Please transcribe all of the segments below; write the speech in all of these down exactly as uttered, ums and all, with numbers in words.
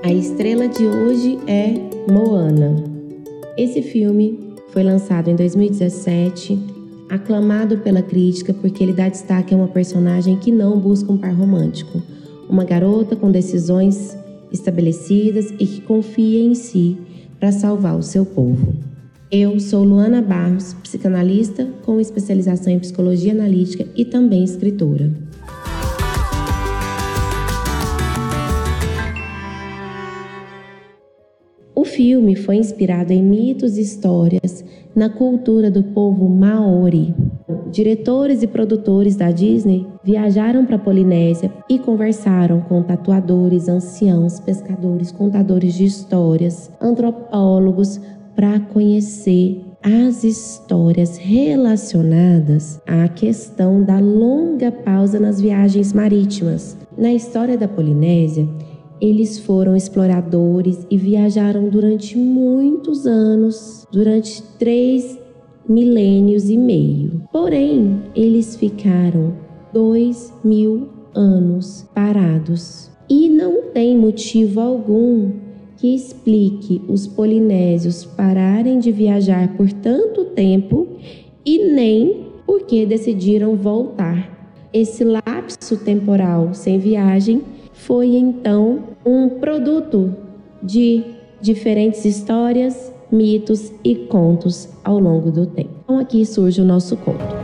A estrela de hoje é Moana. Esse filme foi lançado em dois mil e dezessete, aclamado pela crítica porque ele dá destaque a uma personagem que não busca um par romântico, uma garota com decisões estabelecidas e que confia em si para salvar o seu povo. Eu sou Luana Barros, psicanalista com especialização em psicologia analítica e também escritora. O filme foi inspirado em mitos e histórias na cultura do povo Maori. Diretores e produtores da Disney viajaram para a Polinésia e conversaram com tatuadores, anciãos, pescadores, contadores de histórias, antropólogos, para conhecer as histórias relacionadas à questão da longa pausa nas viagens marítimas. Na história da Polinésia, eles foram exploradores e viajaram durante muitos anos, durante três milênios e meio. Porém, eles ficaram dois mil anos parados. E não tem motivo algum que explique os polinésios pararem de viajar por tanto tempo e nem porque decidiram voltar. Esse lapso temporal sem viagem foi então um produto de diferentes histórias, mitos e contos ao longo do tempo. Então aqui surge o nosso conto.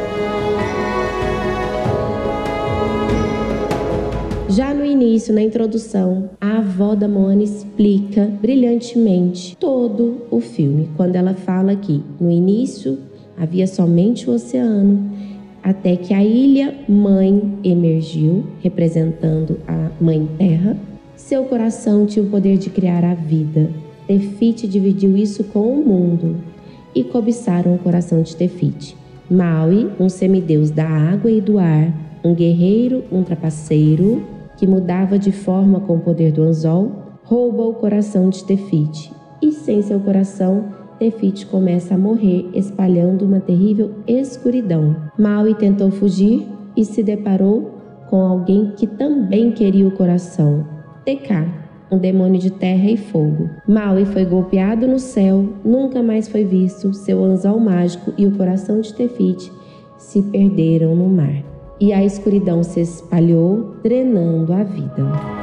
Já no início, na introdução, a avó da Moana explica brilhantemente todo o filme, quando ela fala que no início havia somente o oceano, até que a ilha-mãe emergiu, representando a Mãe Terra. Seu coração tinha o poder de criar a vida. Tefiti dividiu isso com o mundo e cobiçaram o coração de Tefiti. Maui, um semideus da água e do ar, um guerreiro, um trapaceiro, que mudava de forma com o poder do anzol, rouba o coração de Tefiti. E sem seu coração, Tefiti começa a morrer, espalhando uma terrível escuridão. Maui tentou fugir e se deparou com alguém que também queria o coração, Teka, um demônio de terra e fogo. Maui foi golpeado no céu, nunca mais foi visto, seu anzol mágico e o coração de Tefiti se perderam no mar. E a escuridão se espalhou, drenando a vida.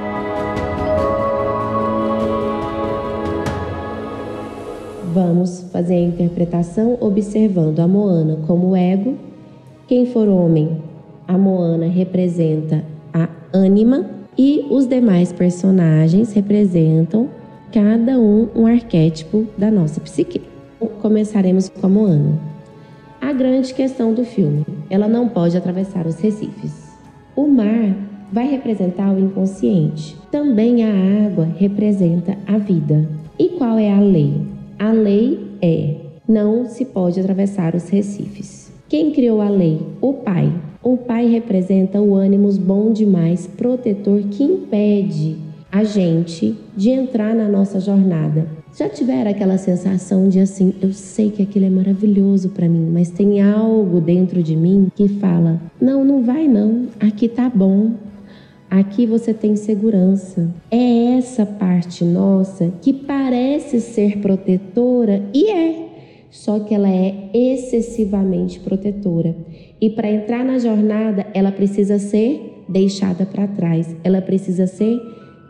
Vamos fazer a interpretação observando a Moana como ego. Quem for homem, a Moana representa a ânima e os demais personagens representam cada um um arquétipo da nossa psique. Começaremos com a Moana. A grande questão do filme, ela não pode atravessar os recifes. O mar vai representar o inconsciente. Também a água representa a vida. E qual é a lei? A lei é: não se pode atravessar os recifes. Quem criou a lei? O pai. O pai representa o ânimos bom demais, protetor, que impede a gente de entrar na nossa jornada. Já tiveram aquela sensação de assim, eu sei que aquilo é maravilhoso para mim, mas tem algo dentro de mim que fala, não, não vai não, aqui tá bom. Aqui você tem segurança. É essa parte nossa que parece ser protetora e é, só que ela é excessivamente protetora. E para entrar na jornada, ela precisa ser deixada para trás. Ela precisa ser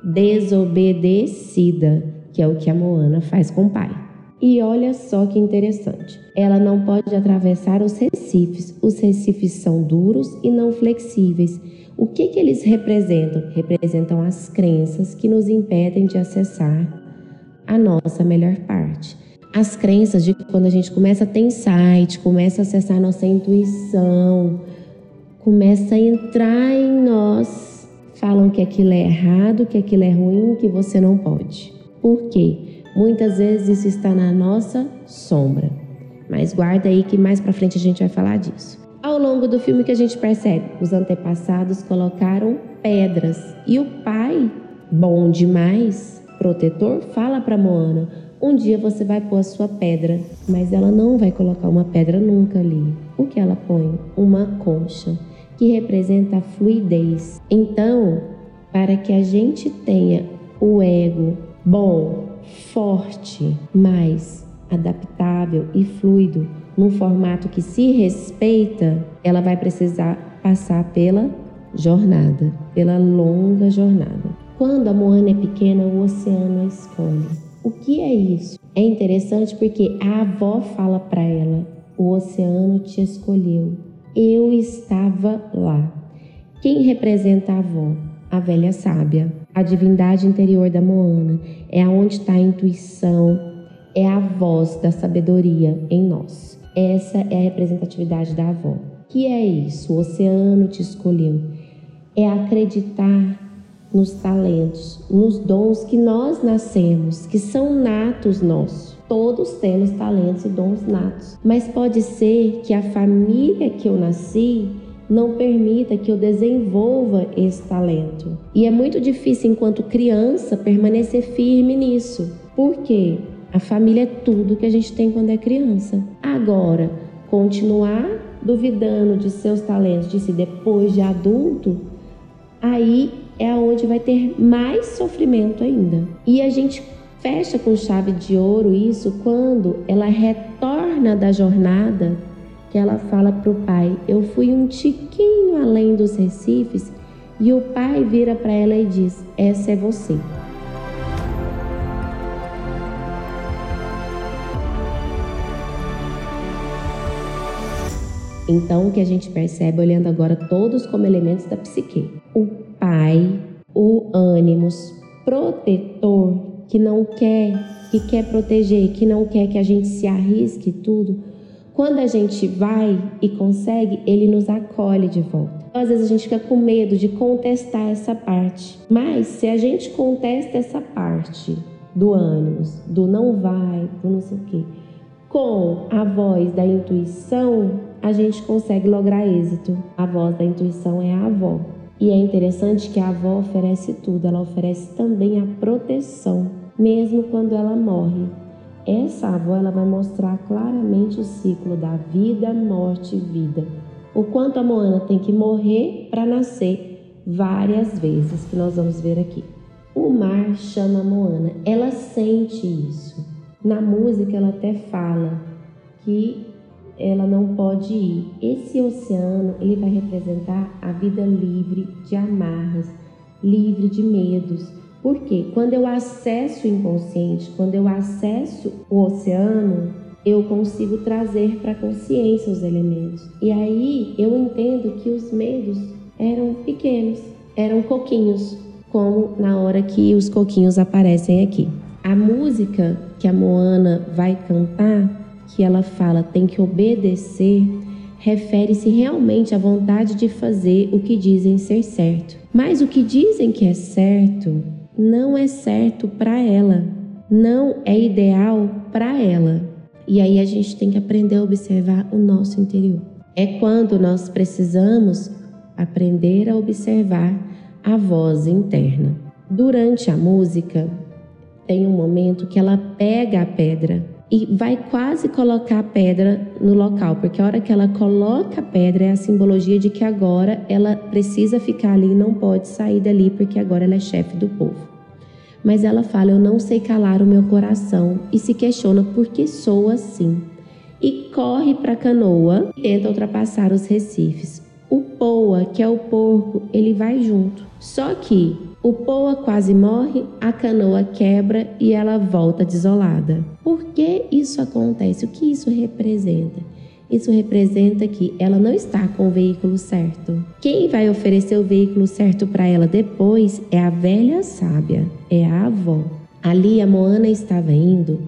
desobedecida, que é o que a Moana faz com o pai. E olha só que interessante. Ela não pode atravessar os recifes. Os recifes são duros e não flexíveis. O que que eles representam? Representam as crenças que nos impedem de acessar a nossa melhor parte. As crenças de quando a gente começa a ter insight, começa a acessar a nossa intuição, começa a entrar em nós, falam que aquilo é errado, que aquilo é ruim, que você não pode. Por quê? Muitas vezes isso está na nossa sombra. Mas guarda aí que mais pra frente a gente vai falar disso. Ao longo do filme que a gente percebe, os antepassados colocaram pedras e o pai, bom demais, protetor, fala para Moana, um dia você vai pôr a sua pedra, mas ela não vai colocar uma pedra nunca ali. O que ela põe? Uma concha, que representa a fluidez. Então, para que a gente tenha o ego bom, forte, mas adaptável e fluido, num formato que se respeita, ela vai precisar passar pela jornada, pela longa jornada. Quando a Moana é pequena, o oceano a escolhe. O que é isso? É interessante porque a avó fala para ela: o oceano te escolheu, eu estava lá. Quem representa a avó? A velha sábia, a divindade interior da Moana. É aonde está a intuição, é a voz da sabedoria em nós. Essa é a representatividade da avó. O que é isso? O oceano te escolheu. É acreditar nos talentos, nos dons que nós nascemos, que são natos nossos. Todos temos talentos e dons natos. Mas pode ser que a família que eu nasci não permita que eu desenvolva esse talento. E é muito difícil, enquanto criança, permanecer firme nisso. Por quê? A família é tudo que a gente tem quando é criança. Agora, continuar duvidando de seus talentos de si depois de adulto, aí é onde vai ter mais sofrimento ainda. E a gente fecha com chave de ouro isso quando ela retorna da jornada, que ela fala para o pai: eu fui um tiquinho além dos recifes, e o pai vira para ela e diz: essa é você. Então, o que a gente percebe, olhando agora todos como elementos da psique: o pai, o ânimos protetor, que não quer, que quer proteger, que não quer que a gente se arrisque tudo. Quando a gente vai e consegue, ele nos acolhe de volta. Às vezes a gente fica com medo de contestar essa parte. Mas se a gente contesta essa parte do ânimos, do não vai, do não sei o quê, com a voz da intuição, a gente consegue lograr êxito. A voz da intuição é a avó. E é interessante que a avó oferece tudo. Ela oferece também a proteção, mesmo quando ela morre. Essa avó, ela vai mostrar claramente o ciclo da vida, morte e vida. O quanto a Moana tem que morrer para nascer várias vezes, que nós vamos ver aqui. O mar chama a Moana. Ela sente isso. Na música, ela até fala que ela não pode ir. Esse oceano, ele vai representar a vida livre de amarras, livre de medos. Por quê? Quando eu acesso o inconsciente, quando eu acesso o oceano, eu consigo trazer para a consciência os elementos. E aí eu entendo que os medos eram pequenos, eram coquinhos, como na hora que os coquinhos aparecem aqui. A música que a Moana vai cantar, que ela fala tem que obedecer, refere-se realmente à vontade de fazer o que dizem ser certo. Mas o que dizem que é certo não é certo para ela, não é ideal para ela. E aí a gente tem que aprender a observar o nosso interior. É quando nós precisamos aprender a observar a voz interna. Durante a música, tem um momento que ela pega a pedra e vai quase colocar a pedra no local, porque a hora que ela coloca a pedra é a simbologia de que agora ela precisa ficar ali e não pode sair dali, porque agora ela é chefe do povo. Mas ela fala: eu não sei calar o meu coração, e se questiona por que sou assim. E corre para a canoa e tenta ultrapassar os recifes. O Poa, que é o porco, ele vai junto. Só que o Poa quase morre, a canoa quebra e ela volta desolada. Por que isso acontece? O que isso representa? Isso representa que ela não está com o veículo certo. Quem vai oferecer o veículo certo para ela depois é a velha sábia, é a avó. Ali a Moana estava indo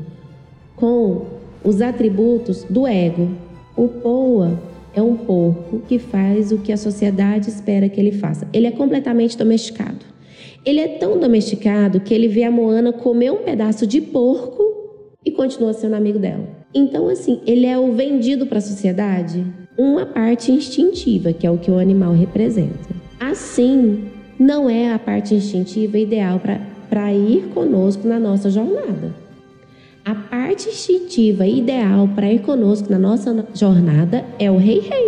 com os atributos do ego. O Poa é um porco que faz o que a sociedade espera que ele faça. Ele é completamente domesticado. Ele é tão domesticado que ele vê a Moana comer um pedaço de porco e continua sendo amigo dela. Então, assim, ele é o vendido para a sociedade, uma parte instintiva, que é o que o animal representa. Assim, não é a parte instintiva ideal para ir conosco na nossa jornada. A parte instintiva ideal para ir conosco na nossa jornada é o rei-rei.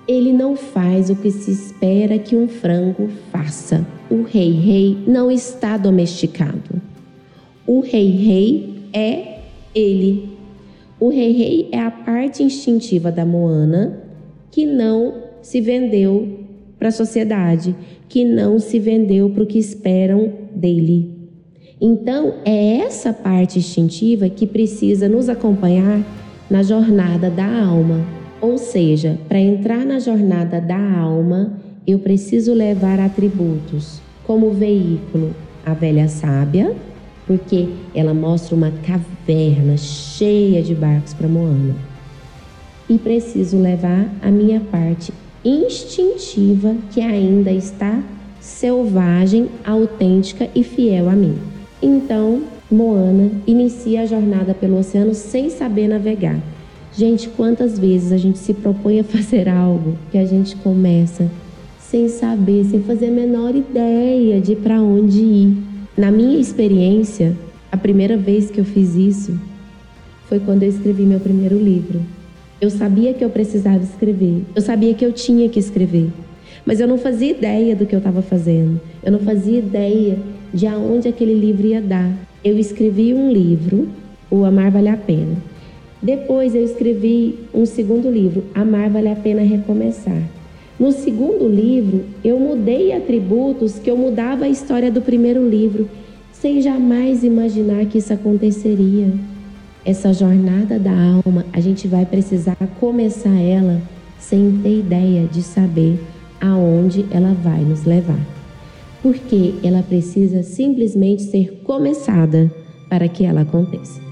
Ele não faz o que se espera que um frango faça. O rei-rei não está domesticado. O rei-rei é ele. O rei-rei é a parte instintiva da Moana que não se vendeu para a sociedade, que não se vendeu para o que esperam dele. Então, é essa parte instintiva que precisa nos acompanhar na jornada da alma. Ou seja, para entrar na jornada da alma, eu preciso levar atributos como veículo a velha sábia, porque ela mostra uma caverna cheia de barcos para Moana. E preciso levar a minha parte instintiva, que ainda está selvagem, autêntica e fiel a mim. Então, Moana inicia a jornada pelo oceano sem saber navegar. Gente, quantas vezes a gente se propõe a fazer algo que a gente começa sem saber, sem fazer a menor ideia de para onde ir. Na minha experiência, a primeira vez que eu fiz isso foi quando eu escrevi meu primeiro livro. Eu sabia que eu precisava escrever, eu sabia que eu tinha que escrever, mas eu não fazia ideia do que eu estava fazendo, eu não fazia ideia de aonde aquele livro ia dar. Eu escrevi um livro, O Amar Vale a Pena. Depois eu escrevi um segundo livro, Amar Vale a Pena Recomeçar. No segundo livro, eu mudei atributos que eu mudava a história do primeiro livro, sem jamais imaginar que isso aconteceria. Essa jornada da alma, a gente vai precisar começar ela sem ter ideia de saber aonde ela vai nos levar. Porque ela precisa simplesmente ser começada para que ela aconteça.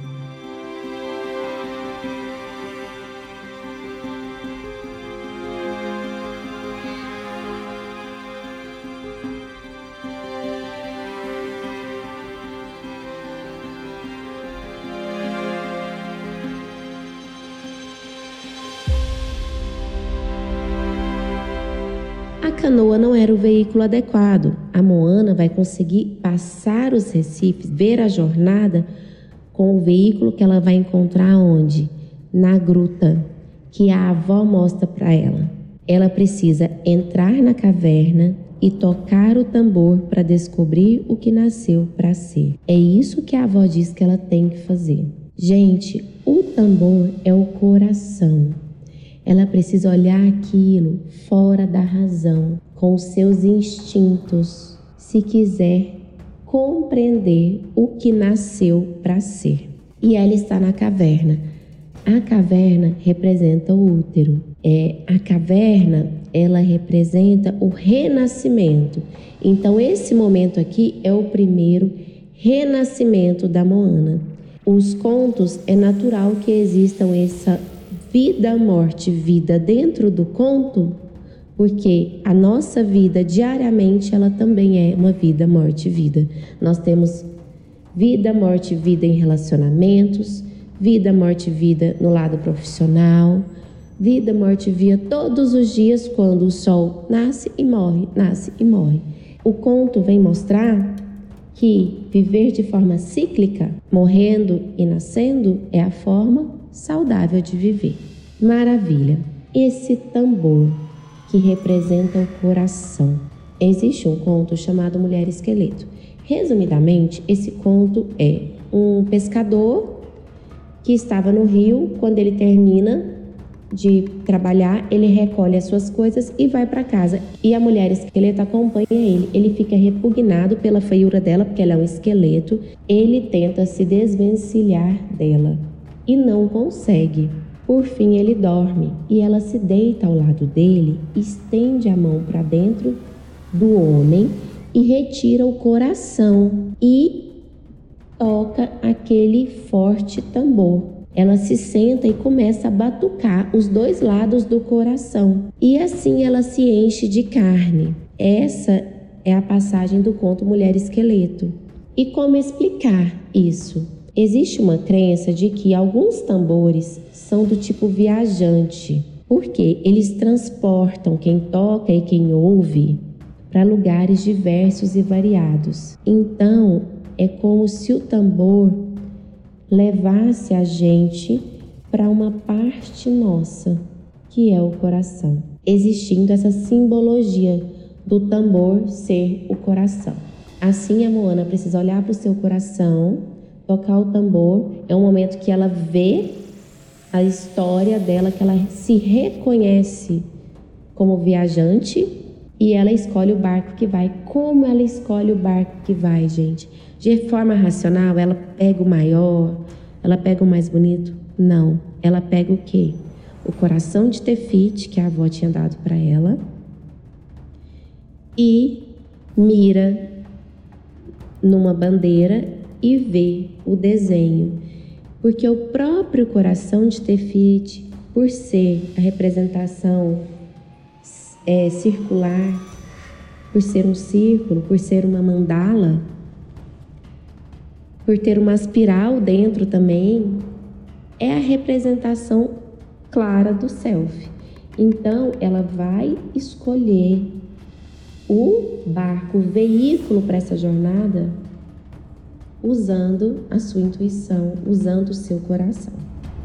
A canoa não era o veículo adequado. A Moana vai conseguir passar os recifes, ver a jornada com o veículo que ela vai encontrar onde? Na gruta, que a avó mostra para ela. Ela precisa entrar na caverna e tocar o tambor para descobrir o que nasceu para ser. É isso que a avó diz que ela tem que fazer. Gente, o tambor é o coração. Ela precisa olhar aquilo fora da razão, com os seus instintos, se quiser compreender o que nasceu para ser. E ela está na caverna. A caverna representa o útero. É, a caverna, ela representa o renascimento. Então, esse momento aqui é o primeiro renascimento da Moana. Os contos, é natural que existam essa vida, morte, vida dentro do conto, porque a nossa vida diariamente, ela também é uma vida, morte, vida. Nós temos vida, morte, vida em relacionamentos, vida, morte, vida no lado profissional, vida, morte, vida todos os dias quando o sol nasce e morre, nasce e morre. O conto vem mostrar que viver de forma cíclica, morrendo e nascendo, é a forma saudável de viver. Maravilha! Esse tambor que representa o coração. Existe um conto chamado Mulher Esqueleto. Resumidamente, esse conto é um pescador que estava no rio. Quando ele termina de trabalhar, ele recolhe as suas coisas e vai para casa. E a mulher esqueleto acompanha ele. Ele fica repugnado pela feiura dela, porque ela é um esqueleto. Ele tenta se desvencilhar dela e não consegue. Por fim, ele dorme e ela se deita ao lado dele, estende a mão para dentro do homem e retira o coração e toca aquele forte tambor. Ela se senta e começa a batucar os dois lados do coração. E assim ela se enche de carne. Essa é a passagem do conto Mulher Esqueleto. E como explicar isso? Existe uma crença de que alguns tambores são do tipo viajante, porque eles transportam quem toca e quem ouve para lugares diversos e variados. Então, é como se o tambor levasse a gente para uma parte nossa, que é o coração, existindo essa simbologia do tambor ser o coração. Assim, a Moana precisa olhar para o seu coração, tocar o tambor. É um momento que ela vê a história dela, que ela se reconhece como viajante e ela escolhe o barco que vai. Como ela escolhe o barco que vai, gente? De forma racional, ela pega o maior, ela pega o mais bonito? Não. Ela pega o quê? O coração de Tefite, que a avó tinha dado para ela, e mira numa bandeira e vê o desenho. Porque o próprio coração de Tefite, por ser a representação é, circular, por ser um círculo, por ser uma mandala, por ter uma espiral dentro também, é a representação clara do self. Então, ela vai escolher o barco, o veículo para essa jornada, usando a sua intuição, usando o seu coração.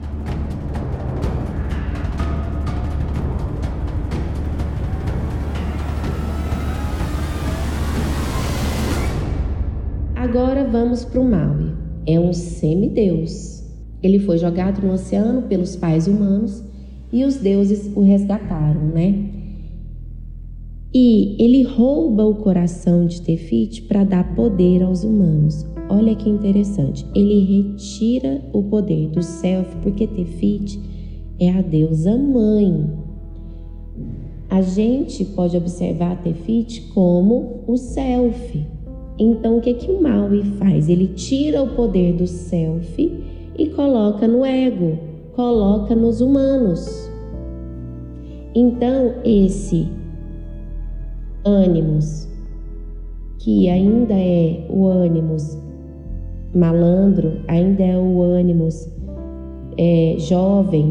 Agora vamos para o Maui. É um semideus. Ele foi jogado no oceano pelos pais humanos e os deuses o resgataram, né? E ele rouba o coração de Tefite para dar poder aos humanos. Olha que interessante. Ele retira o poder do self, porque Tefite é a deusa mãe. A gente pode observar Tefite como o self. Então, o que que o Maui faz? Ele tira o poder do self e coloca no ego, coloca nos humanos. Então, esse ânimos, que ainda é o ânimos malandro, ainda é o ânimos é, jovem,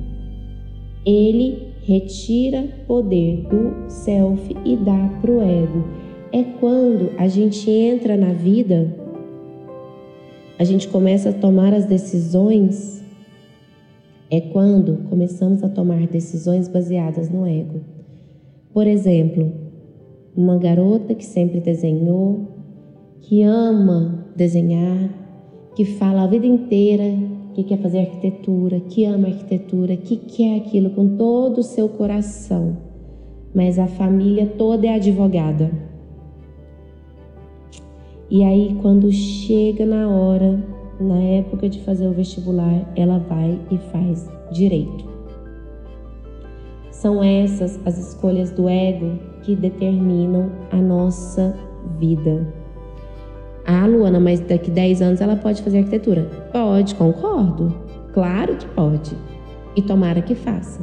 ele retira poder do self e dá para o ego. É quando a gente entra na vida, a gente começa a tomar as decisões, é quando começamos a tomar decisões baseadas no ego. Por exemplo, uma garota que sempre desenhou, que ama desenhar, que fala a vida inteira que quer fazer arquitetura, que ama arquitetura, que quer aquilo com todo o seu coração, mas a família toda é advogada. E aí, quando chega na hora, na época de fazer o vestibular, ela vai e faz direito. São essas as escolhas do ego que determinam a nossa vida. Ah, Luana, mas daqui dez anos ela pode fazer arquitetura? Pode, concordo. Claro que pode. E tomara que faça.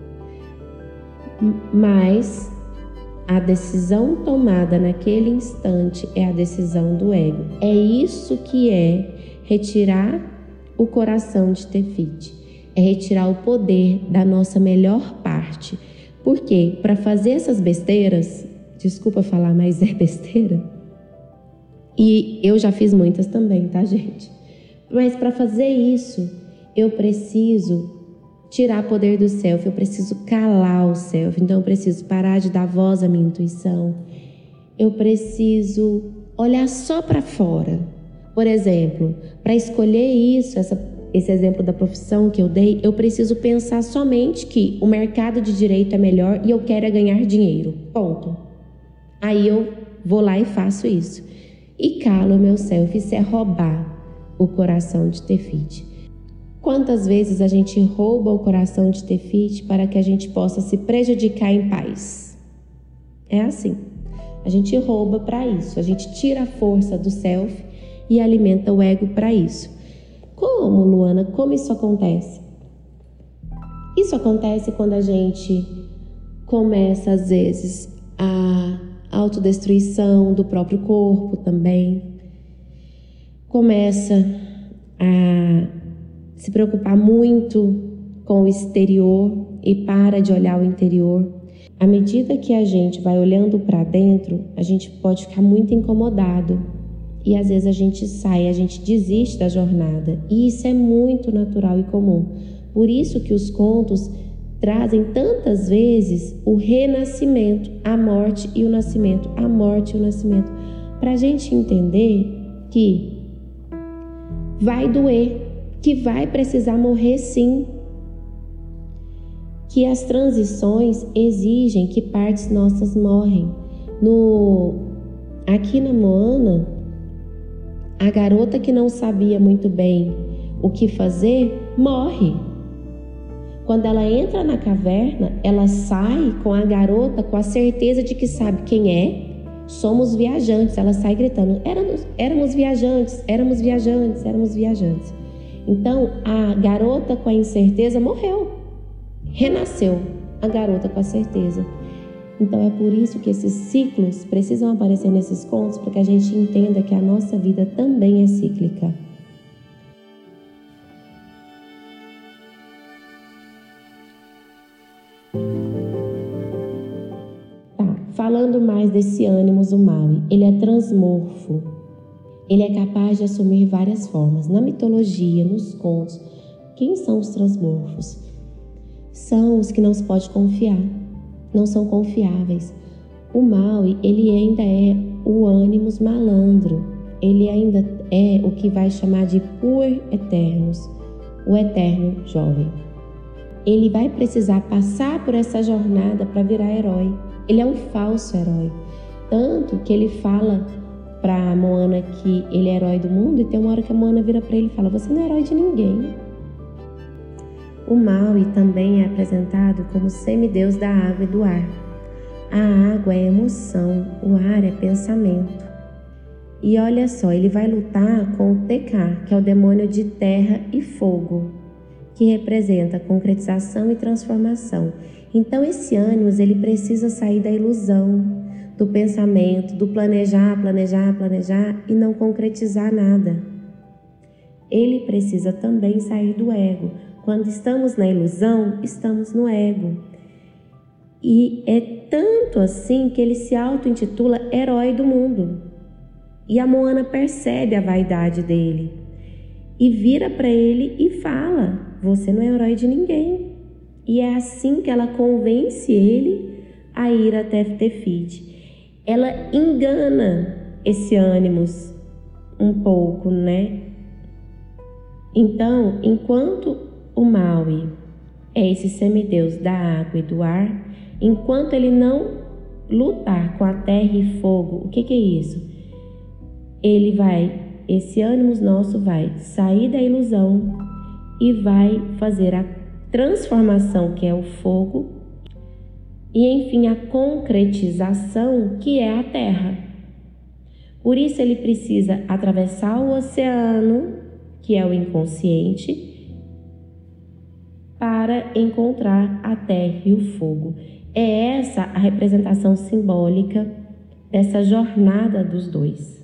Mas a decisão tomada naquele instante é a decisão do ego. É isso que é retirar o coração de Tefite. É retirar o poder da nossa melhor parte. Por quê? Para fazer essas besteiras, desculpa falar, mas é besteira. E eu já fiz muitas também, tá, gente? Mas para fazer isso, eu preciso tirar poder do self, eu preciso calar o self. Então eu preciso parar de dar voz à minha intuição. Eu preciso olhar só para fora. Por exemplo, para escolher isso, essa, esse exemplo da profissão que eu dei, eu preciso pensar somente que o mercado de direito é melhor e eu quero é ganhar dinheiro. Ponto. Aí eu vou lá e faço isso. E calo o meu self. Isso é roubar o coração de Tefite. Quantas vezes a gente rouba o coração de Tefite para que a gente possa se prejudicar em paz? É assim. A gente rouba para isso. A gente tira a força do self e alimenta o ego para isso. Como, Luana? Como isso acontece? Isso acontece quando a gente começa, às vezes, a autodestruição do próprio corpo também. Começa a se preocupar muito com o exterior e para de olhar o interior. À medida que a gente vai olhando para dentro, a gente pode ficar muito incomodado. E às vezes a gente sai, a gente desiste da jornada. E isso é muito natural e comum. Por isso que os contos trazem tantas vezes o renascimento, a morte e o nascimento, a morte e o nascimento, para a gente entender que vai doer, que vai precisar morrer sim, que as transições exigem que partes nossas morrem. No, aqui na Moana, a garota que não sabia muito bem o que fazer, morre. Quando ela entra na caverna, ela sai com a garota com a certeza de que sabe quem é. Somos viajantes. Ela sai gritando, éramos, éramos viajantes, éramos viajantes, éramos viajantes. Então, a garota com a incerteza morreu. Renasceu a garota com a certeza. Então, é por isso que esses ciclos precisam aparecer nesses contos, para que a gente entenda que a nossa vida também é cíclica. Falando mais desse ânimos, o Maui, ele é transmorfo. Ele é capaz de assumir várias formas. Na mitologia, nos contos, quem são os transmorfos? São os que não se pode confiar, não são confiáveis. O Maui, ele ainda é o ânimos malandro. Ele ainda é o que vai chamar de puer eternos, o eterno jovem. Ele vai precisar passar por essa jornada para virar herói. Ele é um falso herói, tanto que ele fala para Moana que ele é herói do mundo, e tem uma hora que a Moana vira para ele e fala, você não é herói de ninguém. O Maui também é apresentado como semideus da água e do ar. A água é emoção, o ar é pensamento. E olha só, ele vai lutar com o Tekar, que é o demônio de terra e fogo, que representa concretização e transformação. Então esse ânimos, ele precisa sair da ilusão, do pensamento, do planejar, planejar, planejar e não concretizar nada. Ele precisa também sair do ego. Quando estamos na ilusão, estamos no ego. E é tanto assim que ele se auto-intitula herói do mundo. E a Moana percebe a vaidade dele e vira para ele e fala, você não é herói de ninguém. E é assim que ela convence ele a ir até Tefiti. Ela engana esse ânimos um pouco, né? Então, enquanto o Maui é esse semideus da água e do ar, enquanto ele não lutar com a terra e fogo, o que, que é isso? Ele vai, esse ânimos nosso vai sair da ilusão e vai fazer a transformação, que é o fogo, e enfim a concretização, que é a terra. Por isso ele precisa atravessar o oceano, que é o inconsciente, para encontrar a terra e o fogo. É essa a representação simbólica dessa jornada dos dois.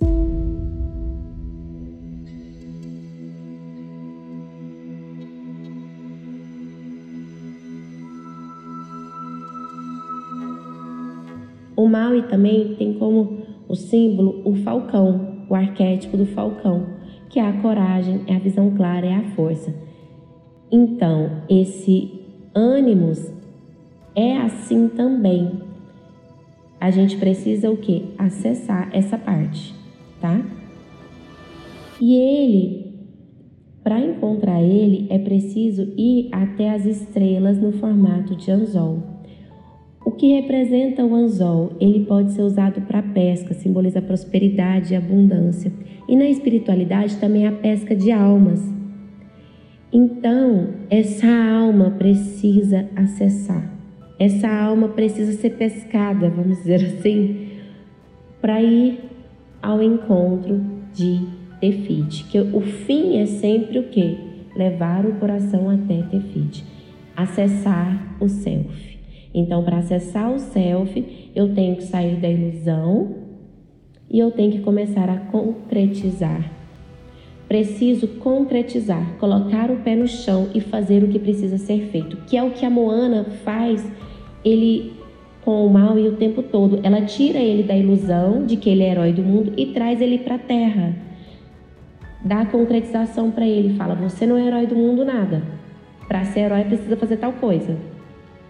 O Maui também tem como o símbolo o falcão, o arquétipo do falcão, que é a coragem, é a visão clara, é a força. Então, esse ânimos é assim também. A gente precisa o quê? Acessar essa parte, tá? E ele, para encontrar ele, é preciso ir até as estrelas no formato de anzol. O que representa o anzol? Ele pode ser usado para pesca, simboliza prosperidade e abundância. E na espiritualidade também a pesca de almas. Então, essa alma precisa acessar. Essa alma precisa ser pescada, vamos dizer assim, para ir ao encontro de Tefiti. Que o fim é sempre o quê? Levar o coração até Tefiti. Acessar o self. Então, para acessar o self, eu tenho que sair da ilusão e eu tenho que começar a concretizar. Preciso concretizar, colocar o pé no chão e fazer o que precisa ser feito, que é o que a Moana faz ele com o Maui o tempo todo. Ela tira ele da ilusão de que ele é herói do mundo e traz ele para a terra. Dá a concretização para ele, fala, você não é herói do mundo nada. Para ser herói precisa fazer tal coisa.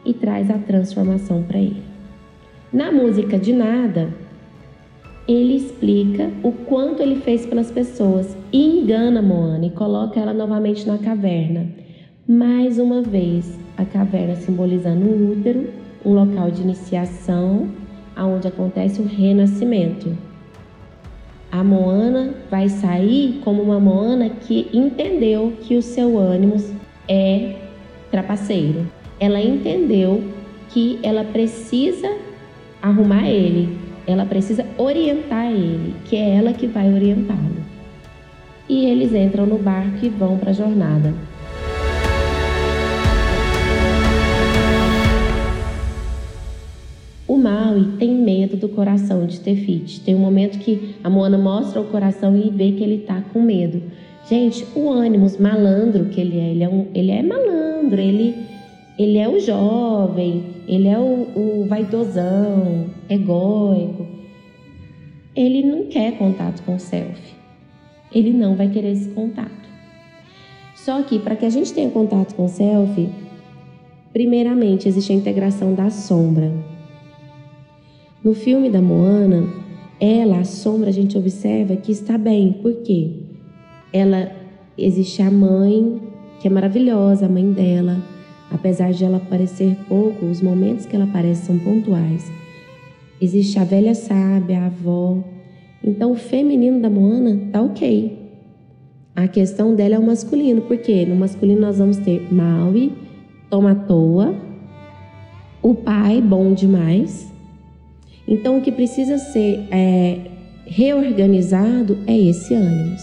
e traz a transformação para ele. Na música de Nada, ele explica o quanto ele fez pelas pessoas e engana Moana e coloca ela novamente na caverna. Mais uma vez, a caverna simbolizando o útero, um local de iniciação, onde acontece o renascimento. A Moana vai sair como uma Moana que entendeu que o seu ânimo é trapaceiro. Ela entendeu que ela precisa arrumar ele, ela precisa orientar ele, que é ela que vai orientá-lo. E eles entram no barco e vão para a jornada. O Maui tem medo do coração de Te-Fiti. Tem um momento que a Moana mostra o coração e vê que ele tá com medo. Gente, o Animus malandro que ele é, ele é, um, ele é malandro, ele, ele é o jovem, ele é o, o vaidosão, egóico. Ele não quer contato com o self. Ele não vai querer esse contato. Só que para que a gente tenha contato com o self, primeiramente existe a integração da sombra. No filme da Moana, ela, a sombra, a gente observa que está bem. Por quê? Ela, existe a mãe, que é maravilhosa, a mãe dela. Apesar de ela aparecer pouco, os momentos que ela aparece são pontuais. Existe a velha sábia, a avó. Então, o feminino da Moana tá ok. A questão dela é o masculino. Por quê? No masculino nós vamos ter Maui, Tomatoa, o pai, bom demais. Então, o que precisa ser é, reorganizado é esse ânimo.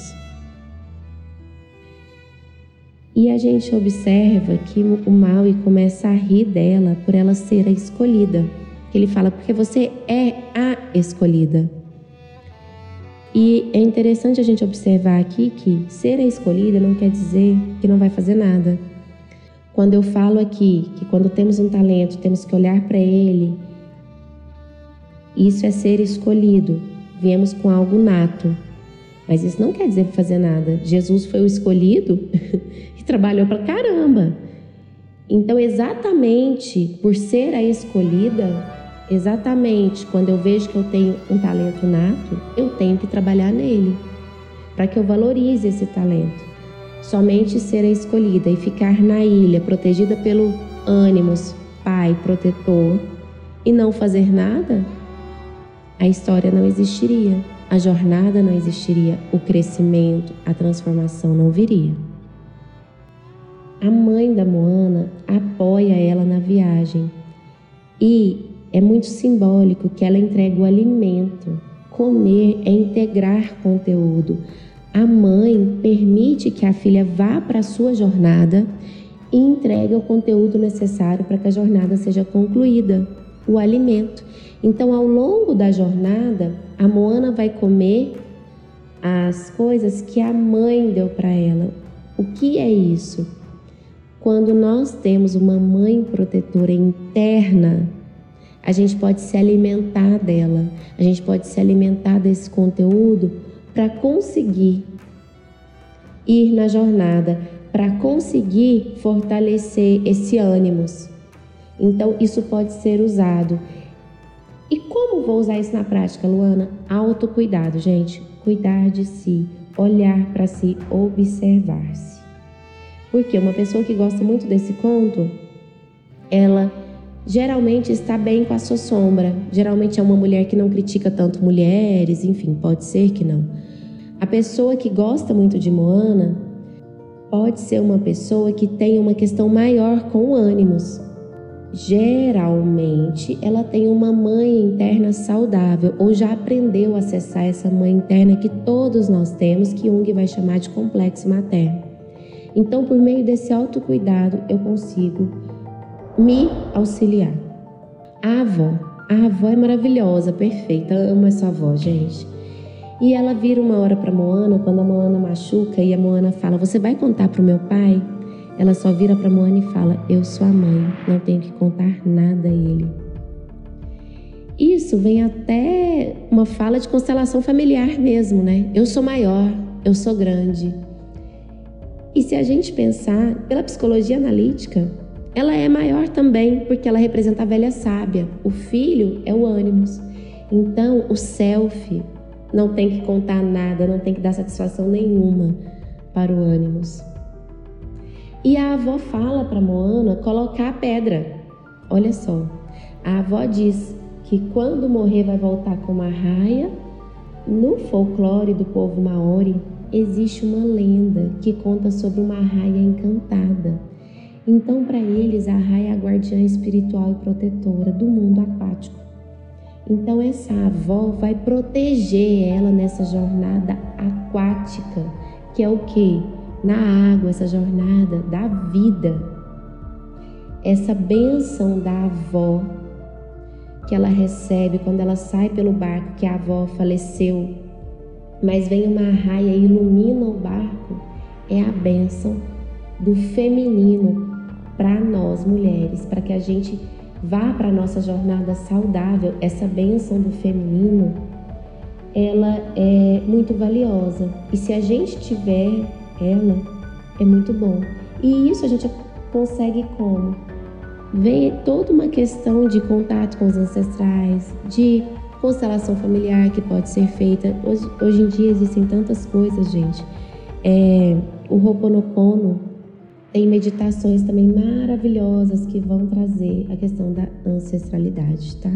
E a gente observa que o Maui começa a rir dela por ela ser a escolhida. Ele fala, porque você é a escolhida. E é interessante a gente observar aqui que ser a escolhida não quer dizer que não vai fazer nada. Quando eu falo aqui que quando temos um talento, temos que olhar para ele, isso é ser escolhido. Viemos com algo nato. Mas isso não quer dizer fazer nada. Jesus foi o escolhido e trabalhou pra caramba. Então, exatamente por ser a escolhida, exatamente quando eu vejo que eu tenho um talento nato, eu tenho que trabalhar nele, para que eu valorize esse talento. Somente ser a escolhida e ficar na ilha, protegida pelo ânimos, pai, protetor, e não fazer nada, a história não existiria, a jornada não existiria, o crescimento, a transformação não viria. A mãe da Moana apoia ela na viagem e é muito simbólico que ela entrega o alimento. Comer é integrar conteúdo. A mãe permite que a filha vá para a sua jornada e entrega o conteúdo necessário para que a jornada seja concluída, o alimento. Então, ao longo da jornada, a Moana vai comer as coisas que a mãe deu para ela. O que é isso? Quando nós temos uma mãe protetora interna, a gente pode se alimentar dela, a gente pode se alimentar desse conteúdo para conseguir ir na jornada, para conseguir fortalecer esse ânimo. Então, isso pode ser usado. E como vou usar isso na prática, Luana? Autocuidado, gente. Cuidar de si, olhar para si, observar-se. Porque uma pessoa que gosta muito desse conto, ela geralmente está bem com a sua sombra. Geralmente é uma mulher que não critica tanto mulheres, enfim, pode ser que não. A pessoa que gosta muito de Moana pode ser uma pessoa que tem uma questão maior com ânimos. Geralmente, ela tem uma mãe interna saudável ou já aprendeu a acessar essa mãe interna que todos nós temos, que Jung vai chamar de complexo materno. Então, por meio desse autocuidado, eu consigo me auxiliar. A avó, a avó é maravilhosa, perfeita, amo essa avó, gente. E ela vira uma hora para Moana, quando a Moana machuca e a Moana fala, você vai contar para o meu pai? Ela só vira para Moana e fala, eu sou a mãe, não tenho que contar nada a ele. Isso vem até uma fala de constelação familiar mesmo, né? Eu sou maior, eu sou grande. E se a gente pensar pela psicologia analítica, ela é maior também porque ela representa a velha sábia. O filho é o ânimos. Então, o self não tem que contar nada, não tem que dar satisfação nenhuma para o ânimos. E a avó fala para Moana colocar a pedra. Olha só, a avó diz que quando morrer vai voltar com uma raia. No folclore do povo maori, existe uma lenda que conta sobre uma raia encantada. Então, para eles, a raia é a guardiã espiritual e protetora do mundo aquático. Então, essa avó vai proteger ela nessa jornada aquática, que é o quê? Na água, essa jornada da vida. Essa bênção da avó que ela recebe quando ela sai pelo barco, que a avó faleceu, mas vem uma raia e ilumina o barco, é a bênção do feminino para nós mulheres, para que a gente vá para a nossa jornada saudável. Essa bênção do feminino, ela é muito valiosa, e se a gente tiver ela, é muito bom. E isso a gente consegue como? Vem toda uma questão de contato com os ancestrais, de constelação familiar que pode ser feita. Hoje, hoje em dia existem tantas coisas, gente. É, o Ho'oponopono tem meditações também maravilhosas que vão trazer a questão da ancestralidade, tá?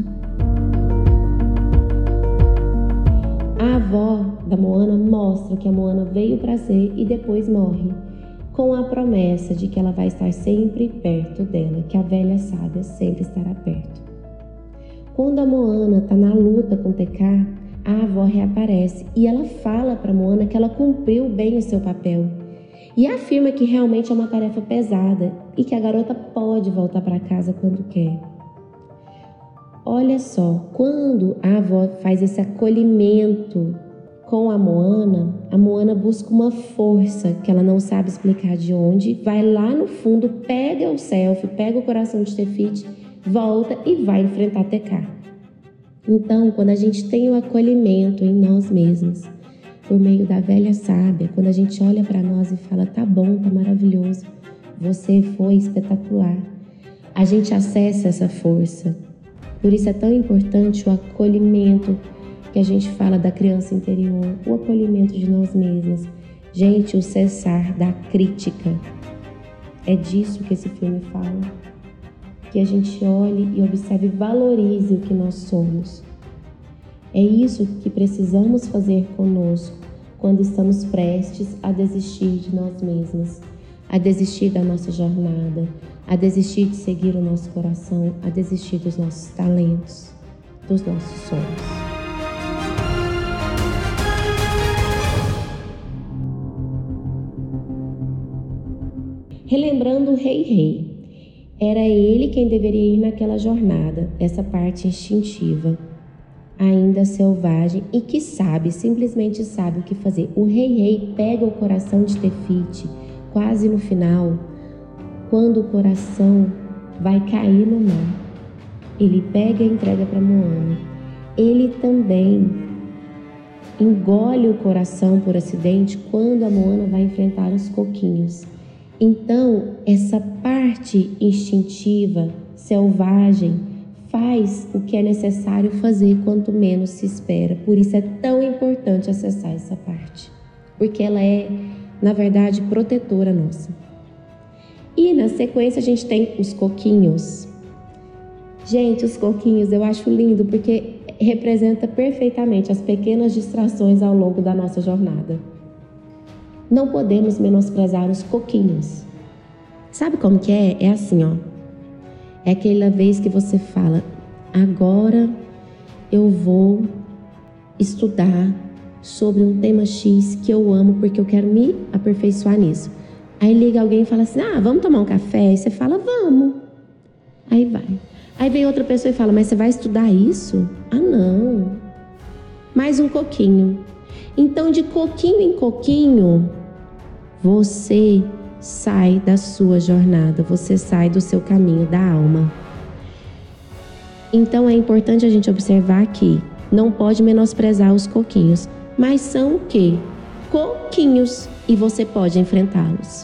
A avó da Moana mostra que a Moana veio para ser e depois morre, com a promessa de que ela vai estar sempre perto dela, que a velha sábia sempre estará perto. Quando a Moana está na luta com Te Kā, a avó reaparece e ela fala para Moana que ela cumpriu bem o seu papel e afirma que realmente é uma tarefa pesada e que a garota pode voltar para casa quando quer. Olha só, quando a avó faz esse acolhimento com a Moana, a Moana busca uma força que ela não sabe explicar de onde, vai lá no fundo, pega o self, pega o coração de Te Fiti, volta e vai enfrentar Te Kā. Então, quando a gente tem o acolhimento em nós mesmos, por meio da velha sábia, quando a gente olha para nós e fala, tá bom, tá maravilhoso, você foi espetacular, a gente acessa essa força. Por isso é tão importante o acolhimento que a gente fala da criança interior, o acolhimento de nós mesmas. Gente, o cessar da crítica. É disso que esse filme fala. Que a gente olhe e observe e valorize o que nós somos. É isso que precisamos fazer conosco quando estamos prestes a desistir de nós mesmas, a desistir da nossa jornada, a desistir de seguir o nosso coração, a desistir dos nossos talentos, dos nossos sonhos. Relembrando o Rei Rei, era ele quem deveria ir naquela jornada, essa parte instintiva, ainda selvagem e que sabe, simplesmente sabe o que fazer. O Rei Rei pega o coração de Te Fiti quase no final, quando o coração vai cair no mar. Ele pega e entrega para Moana. Ele também engole o coração por acidente quando a Moana vai enfrentar os coquinhos. Então, essa parte instintiva, selvagem, faz o que é necessário fazer quanto menos se espera. Por isso é tão importante acessar essa parte, porque ela é, na verdade, protetora nossa. E na sequência a gente tem os coquinhos. Gente, os coquinhos eu acho lindo porque representa perfeitamente as pequenas distrações ao longo da nossa jornada. Não podemos menosprezar os coquinhos. Sabe como que é? É assim, ó. É aquela vez que você fala, agora eu vou estudar sobre um tema X que eu amo porque eu quero me aperfeiçoar nisso. Aí liga alguém e fala assim, ah, vamos tomar um café? Aí você fala, vamos. Aí vai. Aí vem outra pessoa e fala, mas você vai estudar isso? Ah, não. Mais um coquinho. Então, de coquinho em coquinho, você sai da sua jornada, você sai do seu caminho da alma. Então, é importante a gente observar que não pode menosprezar os coquinhos, mas são o quê? Coquinhos, e você pode enfrentá-los.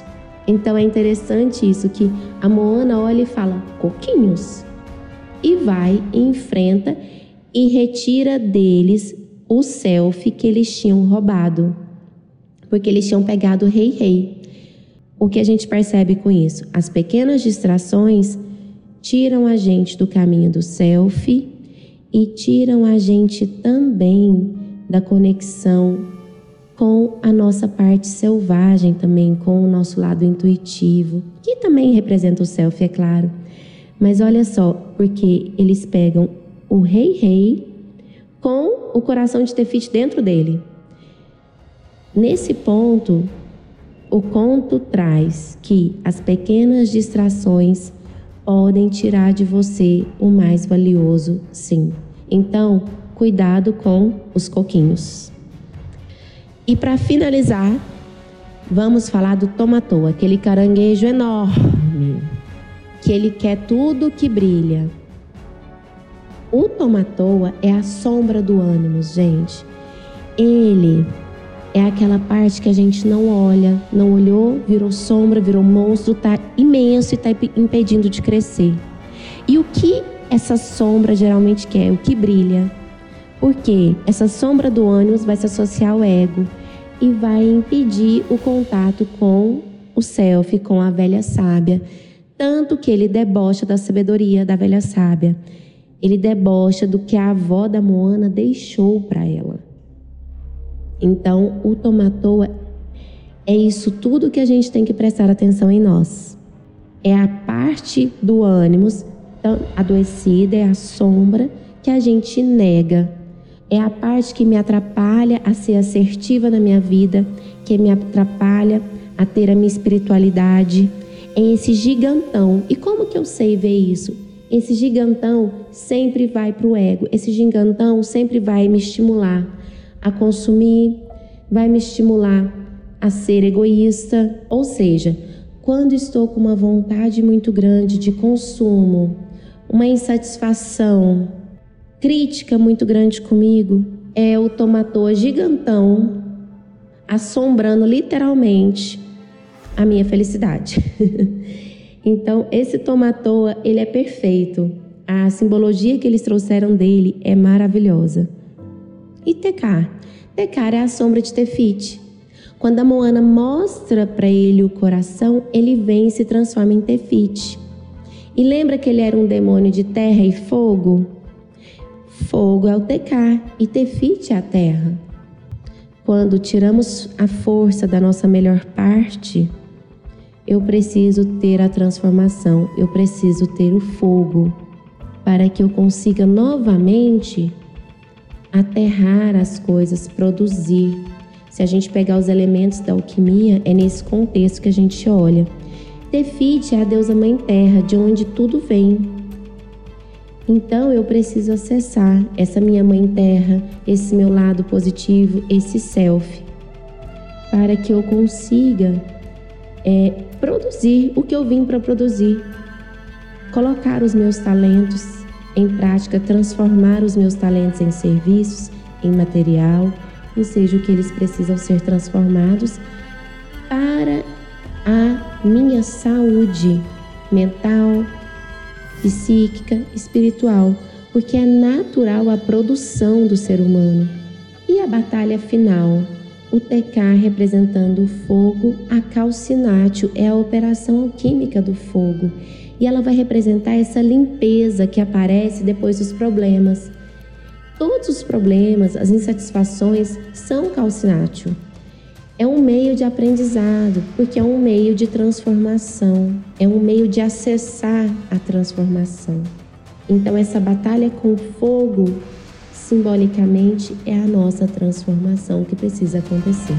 Então é interessante isso, que a Moana olha e fala, coquinhos. E vai e enfrenta e retira deles o selfie que eles tinham roubado. Porque eles tinham pegado o Rei Rei. O que a gente percebe com isso? As pequenas distrações tiram a gente do caminho do selfie e tiram a gente também da conexão com a nossa parte selvagem também, com o nosso lado intuitivo, que também representa o selfie, é claro. Mas olha só, porque eles pegam o Rei Rei com o coração de Tefiti dentro dele. Nesse ponto, o conto traz que as pequenas distrações podem tirar de você o mais valioso, sim. Então, cuidado com os coquinhos. E para finalizar, vamos falar do tomatô, aquele caranguejo enorme, que ele quer tudo que brilha. O tomatoa é a sombra do ânimos, gente. Ele é aquela parte que a gente não olha, não olhou, virou sombra, virou monstro, tá imenso e tá impedindo de crescer. E o que essa sombra geralmente quer? O que brilha? Porque essa sombra do ânimos vai se associar ao ego e vai impedir o contato com o self, com a velha sábia. Tanto que ele debocha da sabedoria da velha sábia. Ele debocha do que a avó da Moana deixou para ela. Então, o tomatoa é isso tudo que a gente tem que prestar atenção em nós. É a parte do ânimos adoecida, é a sombra que a gente nega. É a parte que me atrapalha a ser assertiva na minha vida, que me atrapalha a ter a minha espiritualidade. É esse gigantão. E como que eu sei ver isso? Esse gigantão sempre vai para o ego. Esse gigantão sempre vai me estimular a consumir, vai me estimular a ser egoísta. Ou seja, quando estou com uma vontade muito grande de consumo, uma insatisfação, crítica muito grande comigo, é o tomatô gigantão assombrando literalmente a minha felicidade. Então, esse tomatoa, ele é perfeito. A simbologia que eles trouxeram dele é maravilhosa. E Tecar? Tecar é a sombra de Tefiti. Quando a Moana mostra para ele o coração, ele vem e se transforma em Tefiti. E lembra que ele era um demônio de terra e fogo? Fogo é o Tecar e Tefiti é a terra. Quando tiramos a força da nossa melhor parte, eu preciso ter a transformação, eu preciso ter o fogo, para que eu consiga novamente aterrar as coisas, produzir. Se a gente pegar os elementos da alquimia, é nesse contexto que a gente olha. Tefiti é a deusa mãe terra, de onde tudo vem. Então eu preciso acessar essa minha mãe terra, esse meu lado positivo, esse self, para que eu consiga é, produzir o que eu vim para produzir. Colocar os meus talentos em prática, transformar os meus talentos em serviços, em material, e seja o que eles precisam ser transformados para a minha saúde mental, psíquica, espiritual, porque é natural a produção do ser humano. E a batalha final, o Tecar representando o fogo, a Calcinátil é a operação alquímica do fogo, e ela vai representar essa limpeza que aparece depois dos problemas. Todos os problemas, as insatisfações são Calcinátil. É um meio de aprendizado, porque é um meio de transformação, é um meio de acessar a transformação. Então essa batalha com o fogo, simbolicamente, é a nossa transformação que precisa acontecer.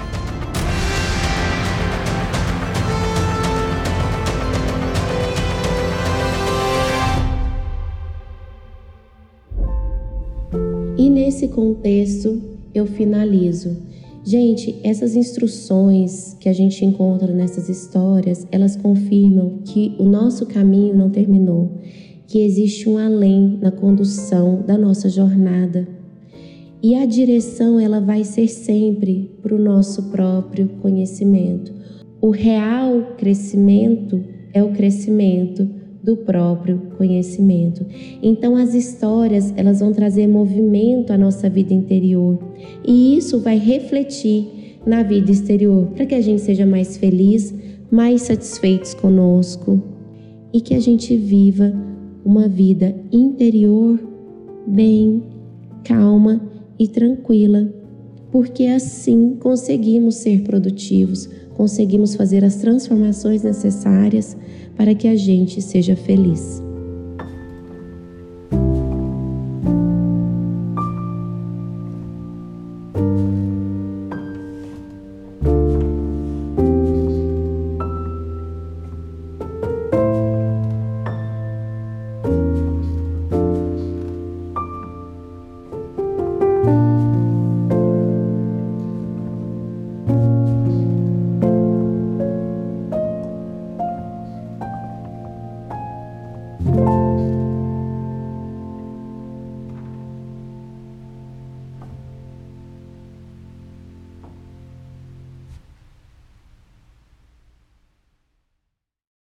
E nesse contexto, eu finalizo. Gente, essas instruções que a gente encontra nessas histórias, elas confirmam que o nosso caminho não terminou, que existe um além na condução da nossa jornada. E a direção, ela vai ser sempre para o nosso próprio conhecimento. O real crescimento é o crescimento do próprio conhecimento. Então as histórias, elas vão trazer movimento à nossa vida interior e isso vai refletir na vida exterior, para que a gente seja mais feliz, mais satisfeitos conosco e que a gente viva uma vida interior bem, calma e tranquila, porque assim conseguimos ser produtivos, conseguimos fazer as transformações necessárias para que a gente seja feliz.